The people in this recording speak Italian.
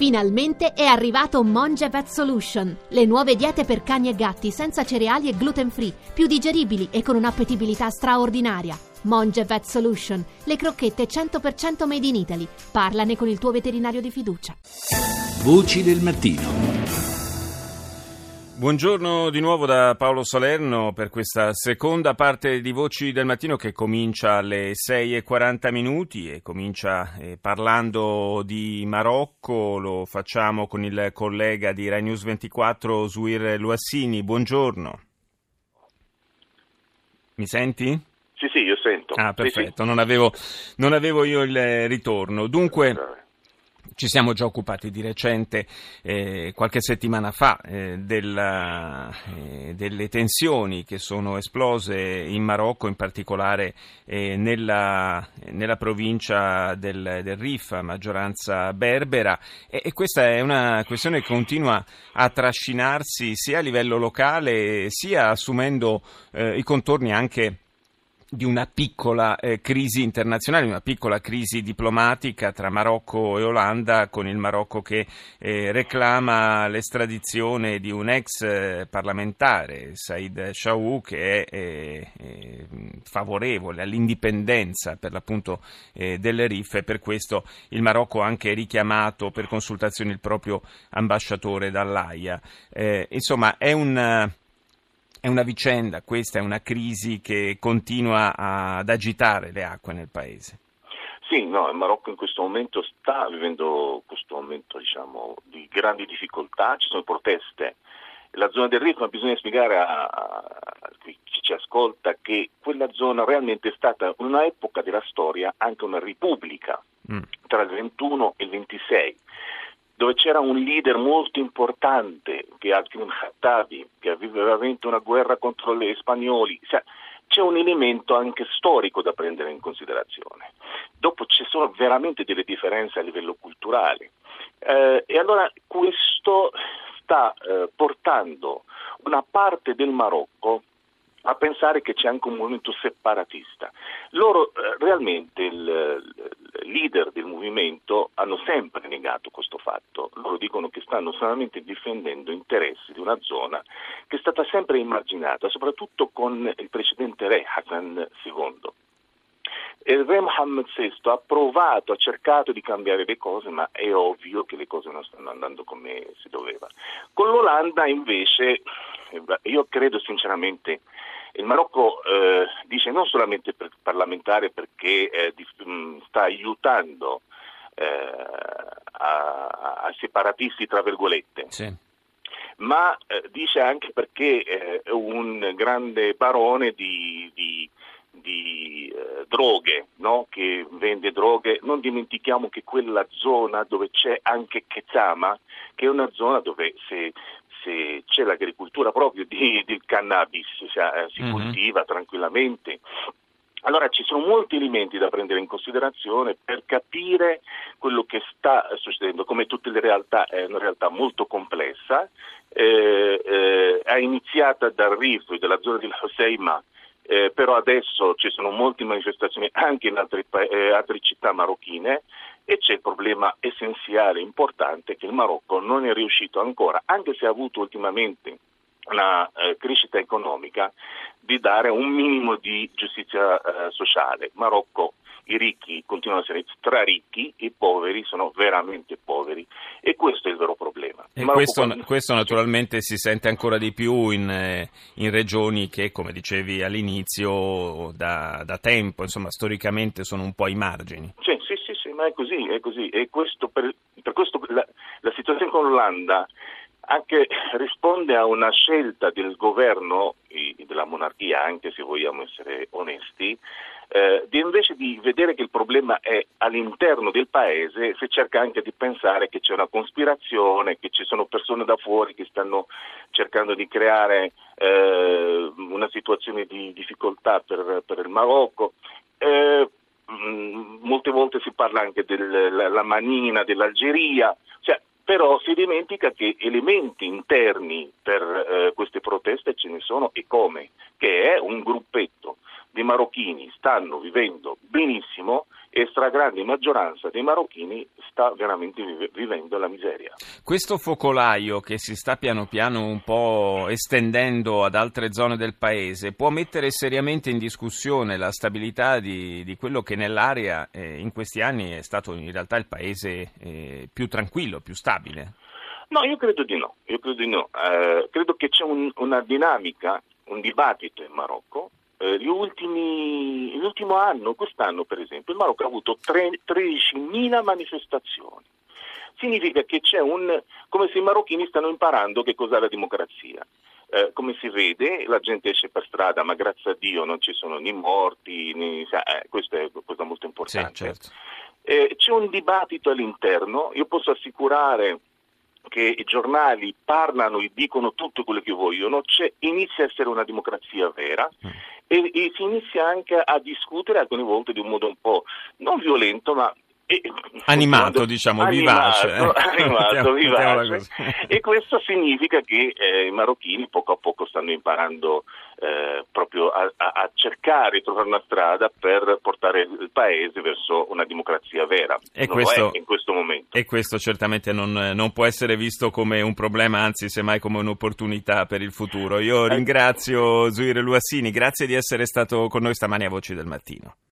Finalmente è arrivato Monge Vet Solution, le nuove diete per cani e gatti senza cereali e gluten free, più digeribili e con un'appetibilità straordinaria. Monge Vet Solution, le crocchette 100% made in Italy. Parlane con il tuo veterinario di fiducia. Voci del mattino. Buongiorno di nuovo da Paolo Salerno per questa seconda parte di Voci del Mattino che comincia alle 6:40 e comincia parlando di Marocco. Lo facciamo con il collega di Rai News 24 Zouir Louassini. Buongiorno. Mi senti? Sì, io sento. Ah, perfetto, sì. Non avevo io il ritorno. Dunque, ci siamo già occupati di recente, qualche settimana fa, delle tensioni che sono esplose in Marocco, in particolare nella provincia del Rif, a maggioranza berbera, e questa è una questione che continua a trascinarsi sia a livello locale, sia assumendo i contorni anche di una piccola crisi internazionale, una piccola crisi diplomatica tra Marocco e Olanda, con il Marocco che reclama l'estradizione di un ex parlamentare, Said Chaoui, che è favorevole all'indipendenza per l'appunto del Rif, e per questo il Marocco ha anche richiamato per consultazioni il proprio ambasciatore dall'Aia. Insomma, è una vicenda, questa è una crisi che continua ad agitare le acque nel paese. Sì, il Marocco in questo momento sta vivendo questo momento, di grandi difficoltà, ci sono proteste. La zona del Rif, ma bisogna spiegare a chi ci ascolta che quella zona realmente è stata in una epoca della storia anche una repubblica tra il 21 e il 26. Dove c'era un leader molto importante, che è Abdel Khattabi, che aveva vinto una guerra contro gli spagnoli. C'è un elemento anche storico da prendere in considerazione. Dopo ci sono veramente delle differenze a livello culturale. E allora questo sta portando una parte del Marocco a pensare che c'è anche un movimento separatista. Loro realmente il leader del movimento hanno sempre negato questo fatto. Loro dicono che stanno solamente difendendo interessi di una zona che è stata sempre emarginata, soprattutto con il precedente re Hassan II. Il re Mohammed VI ha cercato di cambiare le cose, ma è ovvio che le cose non stanno andando come si doveva. Con l'Olanda invece, io credo sinceramente, il Marocco dice non solamente per parlamentare perché sta aiutando a separatisti tra virgolette, sì, ma dice anche perché è un grande barone di droghe, no? Che vende droghe. Non dimentichiamo che quella zona dove c'è anche Kezama, che è una zona dove se c'è l'agricoltura proprio del cannabis, si coltiva tranquillamente. Allora ci sono molti elementi da prendere in considerazione per capire quello che sta succedendo. Come tutte le realtà, è una realtà molto complessa, è iniziata dal Rif, dalla zona di Hoceima, però adesso ci sono molte manifestazioni anche in altre città marocchine, e c'è il problema essenziale, importante, che il Marocco non è riuscito ancora, anche se ha avuto ultimamente una crescita economica, di dare un minimo di giustizia sociale. Marocco, i ricchi continuano a essere straricchi, i poveri sono veramente poveri, e questo è il vero problema. E questo naturalmente si sente ancora di più in regioni che, come dicevi all'inizio, da tempo, insomma, storicamente sono un po' ai margini. Sì, ma è così. E questo per questo la situazione con l'Olanda anche risponde a una scelta del governo e della monarchia, anche se vogliamo essere onesti, di invece di vedere che il problema è all'interno del paese, si cerca anche di pensare che c'è una cospirazione, che ci sono persone da fuori che stanno cercando di creare una situazione di difficoltà per il Marocco. Molte volte si parla anche della manina dell'Algeria, però si dimentica che elementi interni per queste proteste ce ne sono, e come, che è un gruppetto di marocchini stanno vivendo benissimo e stragrande maggioranza dei marocchini sta veramente vivendo la miseria. Questo focolaio che si sta piano piano un po' estendendo ad altre zone del paese può mettere seriamente in discussione la stabilità di quello che nell'area in questi anni è stato in realtà il paese più tranquillo, più stabile? No, io credo di no. Credo che c'è una dinamica, un dibattito in Marocco. L'ultimo anno, quest'anno per esempio, il Marocco ha avuto 13.000 manifestazioni. Significa che come se i marocchini stanno imparando che cos'è la democrazia. Come si vede, la gente esce per strada, ma grazie a Dio non ci sono né morti, questa è una cosa molto importante. Sì, certo. C'è un dibattito all'interno, io posso assicurare che i giornali parlano e dicono tutto quello che vogliono, inizia a essere una democrazia vera e si inizia anche a discutere alcune volte di un modo un po' non violento ma animato, diciamo, vivace. Vivace. E questo significa che i marocchini poco a poco stanno imparando proprio a cercare di trovare una strada per portare il paese verso una democrazia vera. E non questo, lo è in questo momento. E questo certamente non può essere visto come un problema, anzi semmai come un'opportunità per il futuro. Io ringrazio Zuhair El Ouassini, grazie di essere stato con noi stamani a Voci del Mattino.